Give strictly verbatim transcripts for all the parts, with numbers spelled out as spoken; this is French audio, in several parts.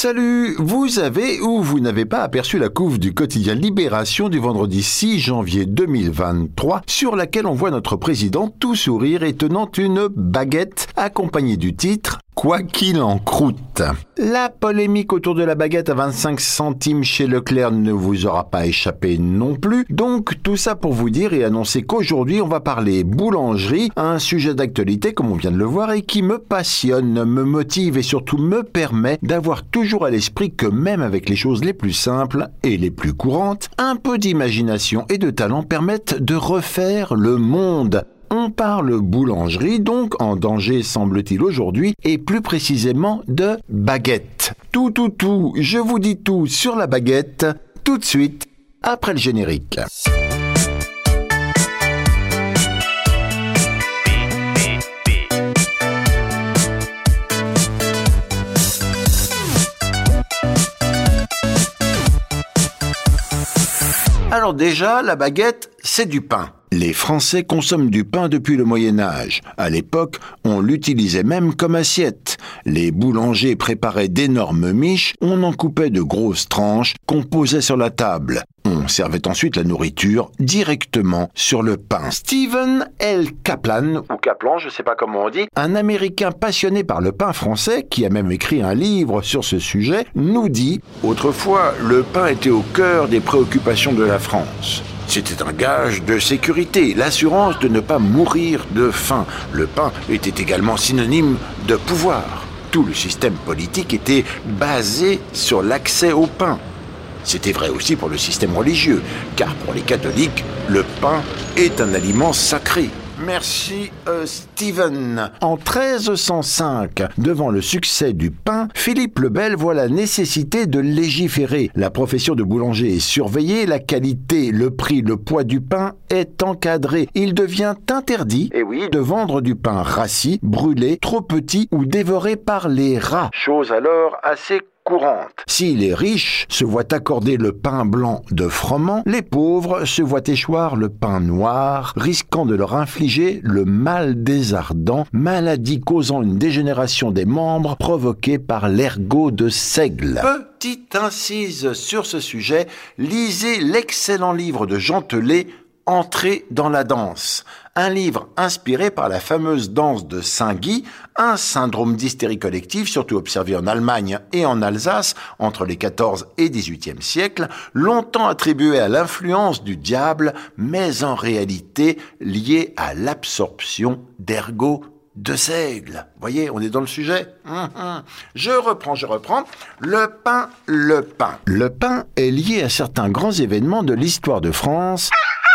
Salut, vous avez ou vous n'avez pas aperçu la couve du quotidien Libération du vendredi six janvier deux mille vingt-trois sur laquelle on voit notre président tout sourire et tenant une baguette accompagnée du titre « Quoi qu'il en croûte ». La polémique autour de la baguette à vingt-cinq centimes chez Leclerc ne vous aura pas échappé non plus. Donc tout ça pour vous dire et annoncer qu'aujourd'hui on va parler boulangerie, un sujet d'actualité comme on vient de le voir et qui me passionne, me motive et surtout me permet d'avoir toujours à l'esprit que même avec les choses les plus simples et les plus courantes, un peu d'imagination et de talent permettent de refaire le monde. On parle boulangerie, donc en danger semble-t-il aujourd'hui, et plus précisément de baguette. Tout, tout, tout, je vous dis tout sur la baguette, tout de suite, après le générique. Alors déjà, la baguette, c'est du pain. Les Français consomment du pain depuis le Moyen-Âge. À l'époque, on l'utilisait même comme assiette. Les boulangers préparaient d'énormes miches, on en coupait de grosses tranches qu'on posait sur la table. On servait ensuite la nourriture directement sur le pain. Stephen L. Kaplan, ou Kaplan, je sais pas comment on dit, un Américain passionné par le pain français, qui a même écrit un livre sur ce sujet, nous dit « Autrefois, le pain était au cœur des préoccupations de la France. C'était un gage de sécurité, l'assurance de ne pas mourir de faim. Le pain était également synonyme de pouvoir. Tout le système politique était basé sur l'accès au pain. C'était vrai aussi pour le système religieux, car pour les catholiques, le pain est un aliment sacré. » Merci, euh, Steven. En treize cent cinq, devant le succès du pain, Philippe le Bel voit la nécessité de légiférer. La profession de boulanger est surveillée, la qualité, le prix, le poids du pain est encadré. Il devient interdit, eh oui, de vendre du pain rassis, brûlé, trop petit ou dévoré par les rats. Chose alors assez courante. Si les riches se voient accorder le pain blanc de froment, les pauvres se voient échoir le pain noir, risquant de leur infliger le mal des ardents, maladie causant une dégénération des membres provoquée par l'ergot de seigle. Petite incise sur ce sujet, lisez l'excellent livre de Jean Telet, Entrer dans la danse, un livre inspiré par la fameuse danse de Saint-Guy, un syndrome d'hystérie collective surtout observé en Allemagne et en Alsace entre les quatorzième et dix-huitième siècles, longtemps attribué à l'influence du diable, mais en réalité lié à l'absorption d'ergot de seigle. Voyez, on est dans le sujet. Hum, hum. Je reprends, je reprends. Le pain, le pain. Le pain est lié à certains grands événements de l'histoire de France,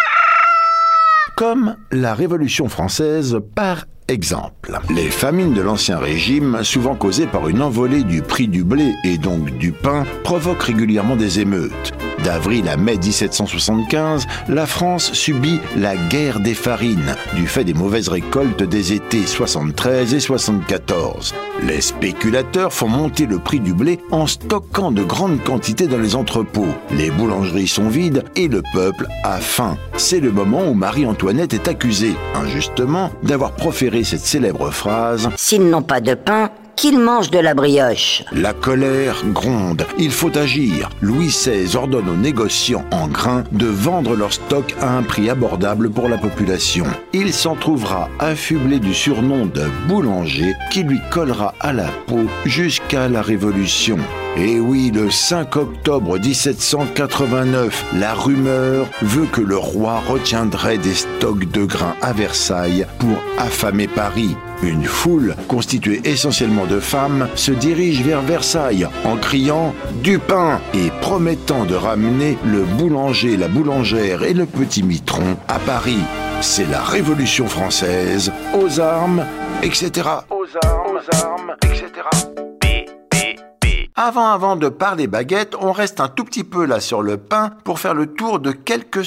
comme la Révolution française par exemple. Les famines de l'Ancien Régime, souvent causées par une envolée du prix du blé et donc du pain, provoquent régulièrement des émeutes. D'avril à mai dix-sept cent soixante-quinze, la France subit la guerre des farines, du fait des mauvaises récoltes des étés soixante-treize et soixante-quatorze. Les spéculateurs font monter le prix du blé en stockant de grandes quantités dans les entrepôts. Les boulangeries sont vides et le peuple a faim. C'est le moment où Marie-Antoinette est accusée, injustement, d'avoir proféré cette célèbre phrase « S'ils n'ont pas de pain, qu'ils mangent de la brioche ». La colère gronde. Il faut agir. Louis seize ordonne aux négociants en grains de vendre leur stock à un prix abordable pour la population. Il s'en trouvera affublé du surnom de boulanger qui lui collera à la peau jusqu'à la Révolution. Et oui, le cinq octobre dix-sept cent quatre-vingt-neuf, la rumeur veut que le roi retiendrait des stocks de grains à Versailles pour affamer Paris. Une foule, constituée essentiellement de femmes, se dirige vers Versailles en criant « du pain » et promettant de ramener le boulanger, la boulangère et le petit mitron à Paris. C'est la Révolution française, aux armes, et cetera. Aux armes, aux armes, et cetera. Avant, avant de parler baguette, on reste un tout petit peu là sur le pain pour faire le tour de quelques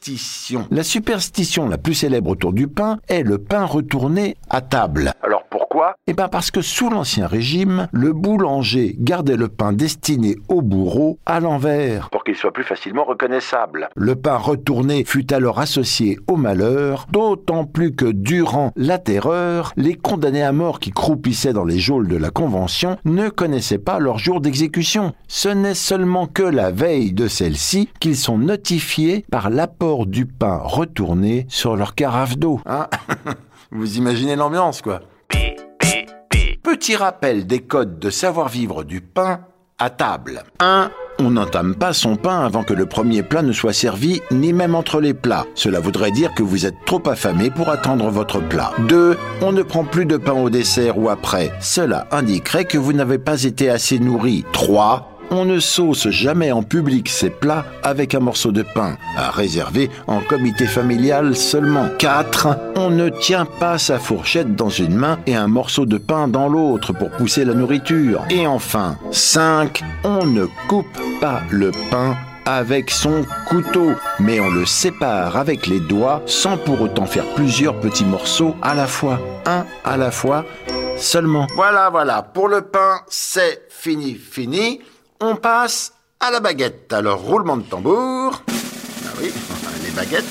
superstitions. La superstition la plus célèbre autour du pain est le pain retourné à table. Alors pourquoi Pourquoi ? Eh bien parce que sous l'Ancien Régime, le boulanger gardait le pain destiné au bourreau à l'envers, pour qu'il soit plus facilement reconnaissable. Le pain retourné fut alors associé au malheur, d'autant plus que durant la Terreur, les condamnés à mort qui croupissaient dans les geôles de la Convention ne connaissaient pas leur jour d'exécution. Ce n'est seulement que la veille de celle-ci qu'ils sont notifiés par l'apport du pain retourné sur leur carafe d'eau. Hein? Vous imaginez l'ambiance, quoi. Petit rappel des codes de savoir-vivre du pain à table. un. On n'entame pas son pain avant que le premier plat ne soit servi, ni même entre les plats. Cela voudrait dire que vous êtes trop affamé pour attendre votre plat. deux. On ne prend plus de pain au dessert ou après. Cela indiquerait que vous n'avez pas été assez nourri. trois. On ne sauce jamais en public ses plats avec un morceau de pain, à réserver en comité familial seulement. quatre. On ne tient pas sa fourchette dans une main et un morceau de pain dans l'autre pour pousser la nourriture. Et enfin, cinq. On ne coupe pas le pain avec son couteau, mais on le sépare avec les doigts sans pour autant faire plusieurs petits morceaux à la fois. Un à la fois seulement. Voilà, voilà, pour le pain, c'est fini, fini. On passe à la baguette. Alors, roulement de tambour. Ah oui, les baguettes.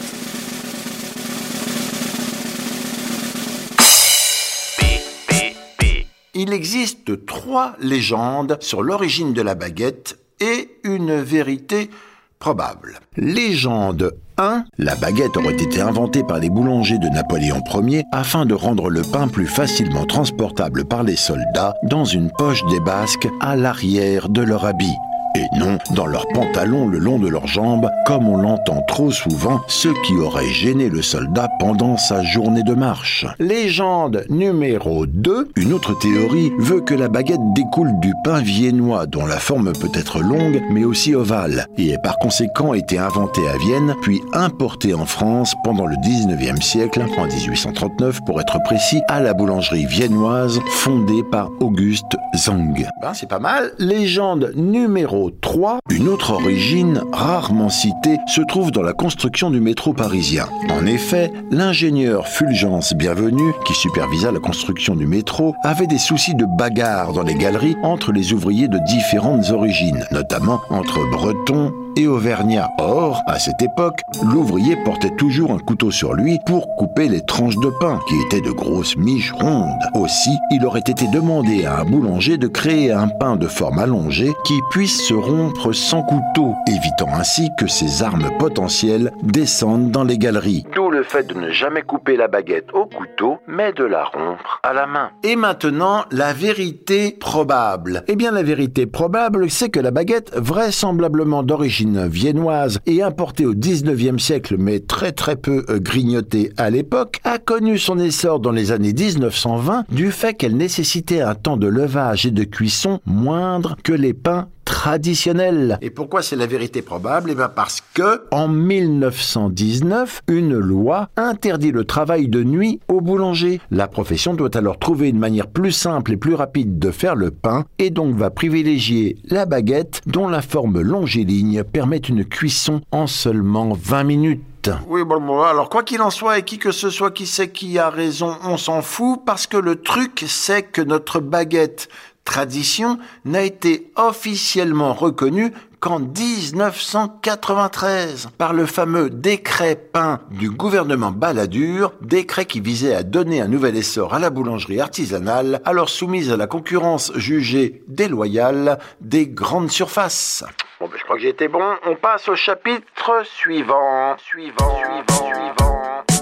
Il existe trois légendes sur l'origine de la baguette et une vérité probable. Légende un. La baguette aurait été inventée par les boulangers de Napoléon Ier afin de rendre le pain plus facilement transportable par les soldats dans une poche des basques à l'arrière de leur habit. Et non dans leurs pantalons le long de leurs jambes, comme on l'entend trop souvent, ce qui aurait gêné le soldat pendant sa journée de marche. Légende numéro deux. Une autre théorie veut que la baguette découle du pain viennois, dont la forme peut être longue, mais aussi ovale, et est par conséquent été inventée à Vienne, puis importée en France pendant le dix-neuvième siècle, en dix-huit cent trente-neuf pour être précis, à la boulangerie viennoise, fondée par Auguste Zang. Ben, c'est pas mal. Légende numéro trois. Une autre origine, rarement citée, se trouve dans la construction du métro parisien. En effet, l'ingénieur Fulgence Bienvenu, qui supervisa la construction du métro, avait des soucis de bagarre dans les galeries entre les ouvriers de différentes origines, notamment entre Bretons et Auvergnat. Or, à cette époque, l'ouvrier portait toujours un couteau sur lui pour couper les tranches de pain, qui étaient de grosses miches rondes. Aussi, il aurait été demandé à un boulanger de créer un pain de forme allongée qui puisse se rompre sans couteau, évitant ainsi que ses armes potentielles descendent dans les galeries. D'où le fait de ne jamais couper la baguette au couteau, mais de la rompre à la main. Et maintenant, la vérité probable. Eh bien, la vérité probable, c'est que la baguette, vraisemblablement d'origine viennoise et importée au dix-neuvième siècle, mais très très peu grignotée à l'époque, a connu son essor dans les années dix-neuf cent vingt du fait qu'elle nécessitait un temps de levage et de cuisson moindre que les pains traditionnel. Et pourquoi c'est la vérité probable ? Eh bien parce que, en mille neuf cent dix-neuf, une loi interdit le travail de nuit aux boulangers. La profession doit alors trouver une manière plus simple et plus rapide de faire le pain et donc va privilégier la baguette dont la forme longiligne permet une cuisson en seulement vingt minutes. Oui, bon, bon, alors quoi qu'il en soit et qui que ce soit qui sait qui a raison, on s'en fout parce que le truc c'est que notre baguette tradition n'a été officiellement reconnue qu'en dix-neuf cent quatre-vingt-treize par le fameux décret pain du gouvernement Balladur, décret qui visait à donner un nouvel essor à la boulangerie artisanale, alors soumise à la concurrence jugée déloyale des grandes surfaces. Bon, ben, je crois que j'ai été bon. On passe au chapitre suivant. Suivant, suivant, suivant.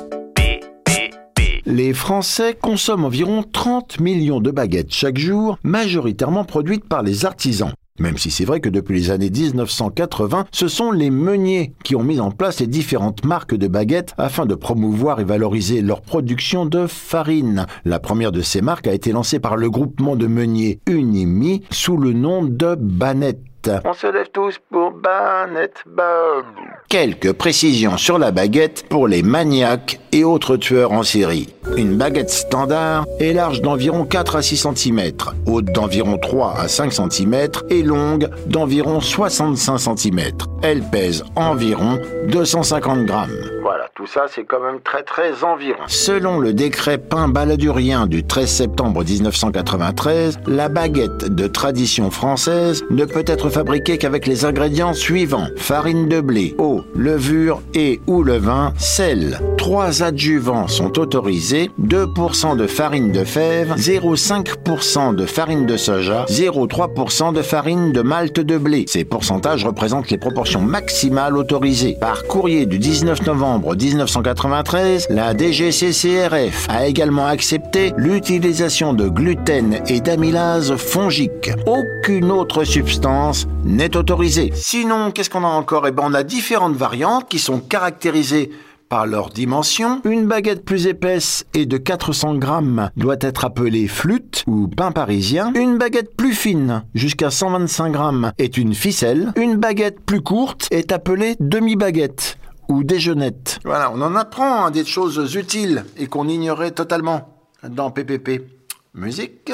Les Français consomment environ trente millions de baguettes chaque jour, majoritairement produites par les artisans. Même si c'est vrai que depuis les années dix-neuf cent quatre-vingts, ce sont les meuniers qui ont mis en place les différentes marques de baguettes afin de promouvoir et valoriser leur production de farine. La première de ces marques a été lancée par le groupement de meuniers Unimi sous le nom de Banette. On se lève tous pour Banette, Banette. Quelques précisions sur la baguette pour les maniaques et autres tueurs en série. Une baguette standard est large d'environ quatre à six centimètres, haute d'environ trois à cinq centimètres et longue d'environ soixante-cinq centimètres. Elle pèse environ deux cent cinquante grammes. Voilà, tout ça c'est quand même très très environ. Selon le décret Pain-Baladurien du treize septembre mille neuf cent quatre-vingt-treize, la baguette de tradition française ne peut être fabriquée qu'avec les ingrédients suivants: farine de blé, eau, levure et ou levain, sel. Trois adjuvants sont autorisés: deux pour cent de farine de fèves, zéro virgule cinq pour cent de farine de soja, zéro virgule trois pour cent de farine de malt de blé. Ces pourcentages représentent les proportions maximales autorisées. Par courrier du dix-neuf novembre mille neuf cent quatre-vingt-treize, la D G C C R F a également accepté l'utilisation de gluten et d'amylase fongique. Aucune autre substance n'est autorisée. Sinon, qu'est-ce qu'on a encore? Eh ben, on a différentes variantes qui sont caractérisées par leur dimension. Une baguette plus épaisse et de quatre cents grammes doit être appelée flûte ou pain parisien. Une baguette plus fine, jusqu'à cent vingt-cinq grammes, est une ficelle. Une baguette plus courte est appelée demi-baguette ou déjeunette. Voilà, on en apprend hein, des choses utiles et qu'on ignorait totalement dans P P P. Musique.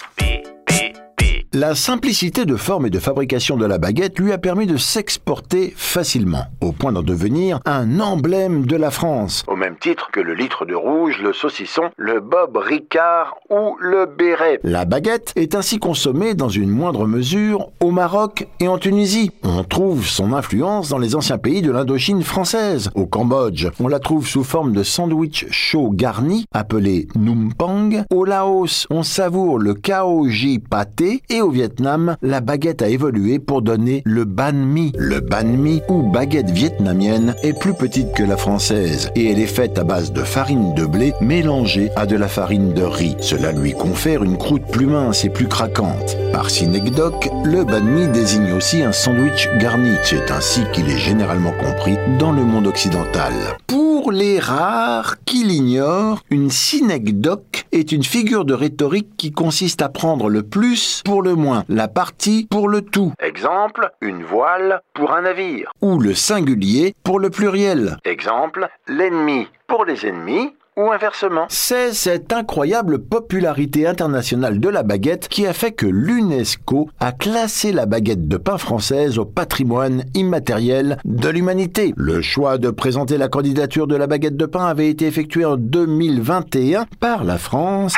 La simplicité de forme et de fabrication de la baguette lui a permis de s'exporter facilement, au point d'en devenir un emblème de la France, au même titre que le litre de rouge, le saucisson, le bob Ricard ou le béret. La baguette est ainsi consommée dans une moindre mesure au Maroc et en Tunisie. On trouve son influence dans les anciens pays de l'Indochine française. Au Cambodge, on la trouve sous forme de sandwich chaud garni, appelé numpang. Au Laos, on savoure le kaoji pâté et au Vietnam, la baguette a évolué pour donner le banh mi. Le banh mi, ou baguette vietnamienne, est plus petite que la française et elle est faite à base de farine de blé mélangée à de la farine de riz. Cela lui confère une croûte plus mince et plus craquante. Par synecdoque, le banh mi désigne aussi un sandwich garni. C'est ainsi qu'il est généralement compris dans le monde occidental. Pour les rares qui l'ignorent, une synecdoque est une figure de rhétorique qui consiste à prendre le plus pour le moins, la partie pour le tout. Exemple, une voile pour un navire. Ou le singulier pour le pluriel. Exemple, l'ennemi pour les ennemis. Ou inversement. C'est cette incroyable popularité internationale de la baguette qui a fait que l'UNESCO a classé la baguette de pain française au patrimoine immatériel de l'humanité. Le choix de présenter la candidature de la baguette de pain avait été effectué en deux mille vingt et un par la France,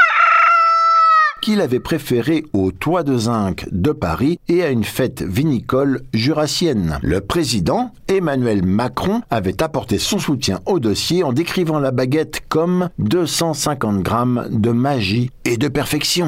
qu'il avait préféré au Toit de Zinc de Paris et à une fête vinicole jurassienne. Le président, Emmanuel Macron, avait apporté son soutien au dossier en décrivant la baguette comme deux cent cinquante grammes de magie et de perfection.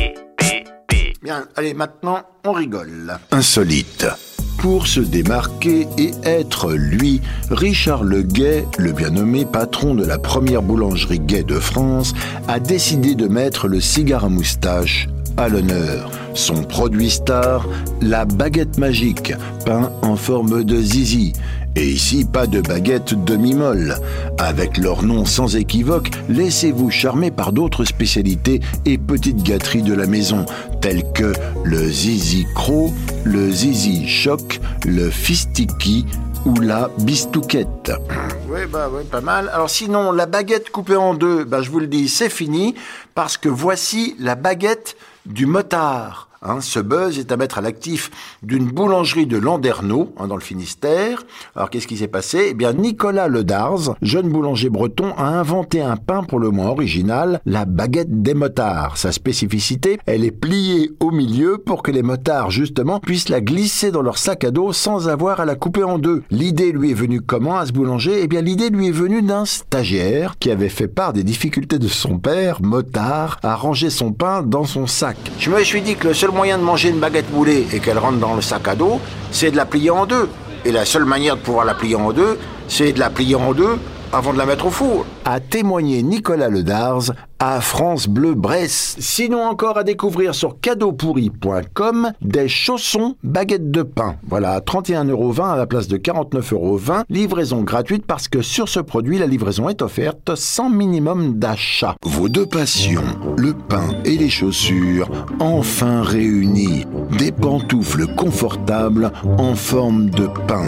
Bien, allez, maintenant, on rigole. Insolite. Pour se démarquer et être lui, Richard Le Gay, le bien nommé patron de la première boulangerie Gay de France, a décidé de mettre le cigare à moustache à l'honneur. Son produit star, la baguette magique, pain en forme de zizi. Et ici, pas de baguette demi-molle. Avec leur nom sans équivoque, laissez-vous charmer par d'autres spécialités et petites gâteries de la maison, telles que le zizi croc, le zizi choc, le fistiki ou la bistouquette. Oui, bah oui, pas mal. Alors sinon, la baguette coupée en deux, bah je vous le dis, c'est fini, parce que voici la baguette du motard. Hein, ce buzz est à mettre à l'actif d'une boulangerie de Landerneau, hein, dans le Finistère. Alors, qu'est-ce qui s'est passé? Eh bien, Nicolas Ledarz, jeune boulanger breton, a inventé un pain pour le moins original, la baguette des motards. Sa spécificité, elle est pliée au milieu pour que les motards, justement, puissent la glisser dans leur sac à dos sans avoir à la couper en deux. L'idée lui est venue comment à ce boulanger? Eh bien, l'idée lui est venue d'un stagiaire qui avait fait part des difficultés de son père, motard, à ranger son pain dans son sac. Je me suis dit que le seul moyen de manger une baguette moulée et qu'elle rentre dans le sac à dos, c'est de la plier en deux. Et la seule manière de pouvoir la plier en deux, c'est de la plier en deux avant de la mettre au four. A témoigné Nicolas Ledarz à France Bleu Bresse. Sinon encore à découvrir sur cadeau pourri point com des chaussons baguettes de pain. Voilà, trente et un euros vingt à la place de quarante-neuf euros vingt. Livraison gratuite parce que sur ce produit, la livraison est offerte sans minimum d'achat. Vos deux passions, le pain et les chaussures, enfin réunies. Des pantoufles confortables en forme de pain.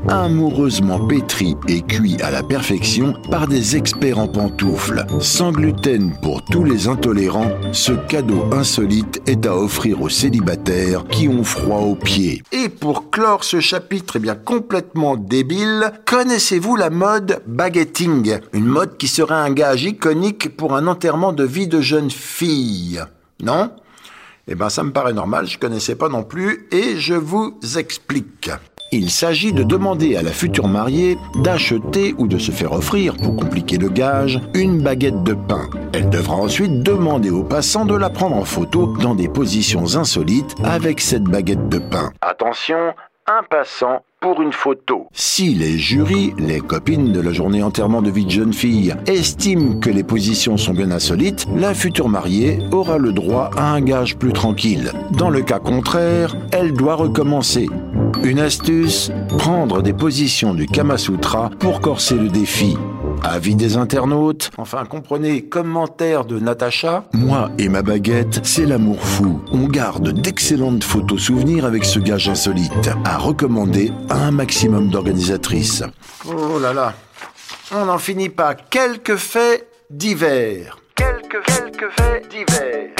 amoureusement pétri et cuit à la perfection par des experts en pantoufles. Sans gluten pour tous les intolérants, ce cadeau insolite est à offrir aux célibataires qui ont froid aux pieds. Et pour clore ce chapitre eh bien complètement débile, connaissez-vous la mode baguetting? Une mode qui serait un gage iconique pour un enterrement de vie de jeune fille. Non? Eh ben ça me paraît normal, je connaissais pas non plus et je vous explique. Il s'agit de demander à la future mariée d'acheter ou de se faire offrir, pour compliquer le gage, une baguette de pain. Elle devra ensuite demander aux passants de la prendre en photo dans des positions insolites avec cette baguette de pain. Attention, un passant pour une photo. Si les jurys, les copines de la journée enterrement de vie de jeune fille, estiment que les positions sont bien insolites, la future mariée aura le droit à un gage plus tranquille. Dans le cas contraire, elle doit recommencer. Une astuce, prendre des positions du Kama Sutra pour corser le défi. Avis des internautes, enfin comprenez, commentaire de Natacha. Moi et ma baguette, c'est l'amour fou. On garde d'excellentes photos souvenirs avec ce gage insolite. À recommander à un maximum d'organisatrices. Oh là là, on n'en finit pas. Quelques faits divers. Quelques, quelques faits divers.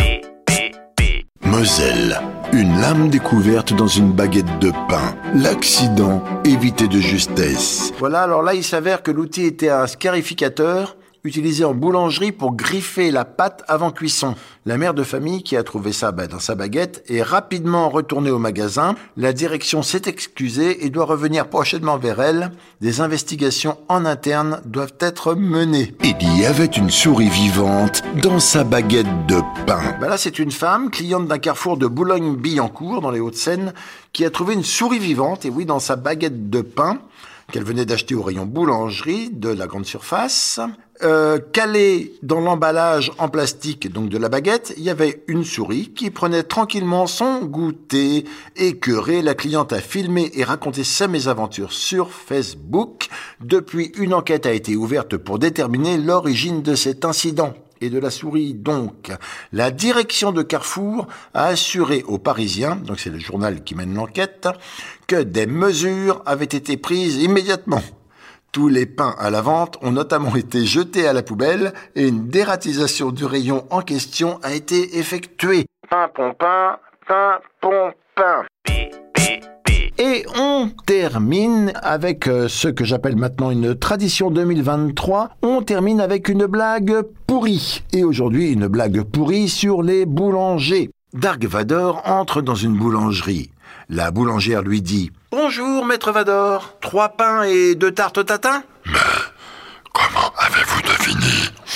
Moselle, une lame découverte dans une baguette de pain. L'accident évité de justesse. Voilà, alors là, il s'avère que l'outil était un scarificateur utilisé en boulangerie pour griffer la pâte avant cuisson. La mère de famille qui a trouvé ça bah, dans sa baguette est rapidement retournée au magasin. La direction s'est excusée et doit revenir prochainement vers elle. Des investigations en interne doivent être menées. Il y avait une souris vivante dans sa baguette de pain. Bah là, c'est une femme, cliente d'un carrefour de Boulogne-Billancourt, dans les Hauts-de-Seine, qui a trouvé une souris vivante, et oui, dans sa baguette de pain, qu'elle venait d'acheter au rayon boulangerie de la grande surface. Euh, calée dans l'emballage en plastique donc de la baguette, il y avait une souris qui prenait tranquillement son goûter. Écœurée, la cliente a filmé et raconté sa mésaventure sur Facebook. Depuis, une enquête a été ouverte pour déterminer l'origine de cet incident. Et de la souris donc. La direction de Carrefour a assuré aux Parisiens, donc c'est le journal qui mène l'enquête, que des mesures avaient été prises immédiatement. Tous les pains à la vente ont notamment été jetés à la poubelle et une dératisation du rayon en question a été effectuée. Pain, pom, pain, pain, pom, pain. Et on termine avec ce que j'appelle maintenant une tradition deux mille vingt-trois. On termine avec une blague pourrie. Et aujourd'hui, une blague pourrie sur les boulangers. Dark Vador entre dans une boulangerie. La boulangère lui dit « Bonjour, maître Vador, trois pains et deux tartes tatin ?» Mais comment avez-vous deviné ?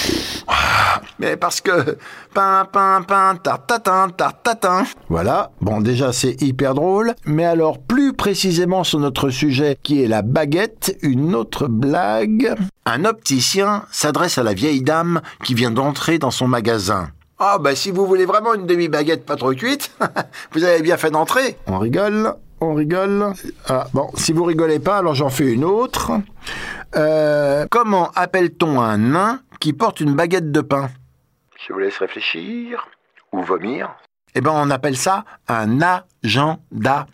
Mais parce que pain, pain, pain, tarte tatin, tarte tatin. Voilà, bon déjà c'est hyper drôle, mais alors plus précisément sur notre sujet qui est la baguette, une autre blague. Un opticien s'adresse à la vieille dame qui vient d'entrer dans son magasin. Ah bah si vous voulez vraiment une demi-baguette pas trop cuite, vous avez bien fait d'entrer. On rigole, on rigole. Ah bon, si vous rigolez pas, alors j'en fais une autre. Euh, comment appelle-t-on un nain qui porte une baguette de pain ? Je vous laisse réfléchir ou vomir. Eh ben on appelle ça un agenda.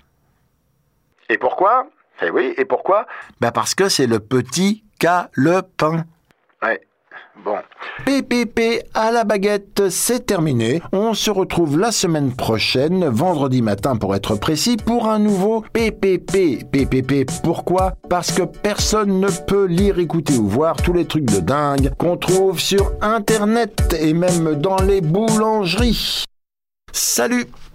Et pourquoi ? Eh oui, et pourquoi ? Ben parce que c'est le petit calepin. Ouais. Bon. P P P à la baguette, c'est terminé. On se retrouve la semaine prochaine, vendredi matin pour être précis, pour un nouveau P P P. P P P, pourquoi ? Parce que personne ne peut lire, écouter ou voir tous les trucs de dingue qu'on trouve sur Internet et même dans les boulangeries. Salut !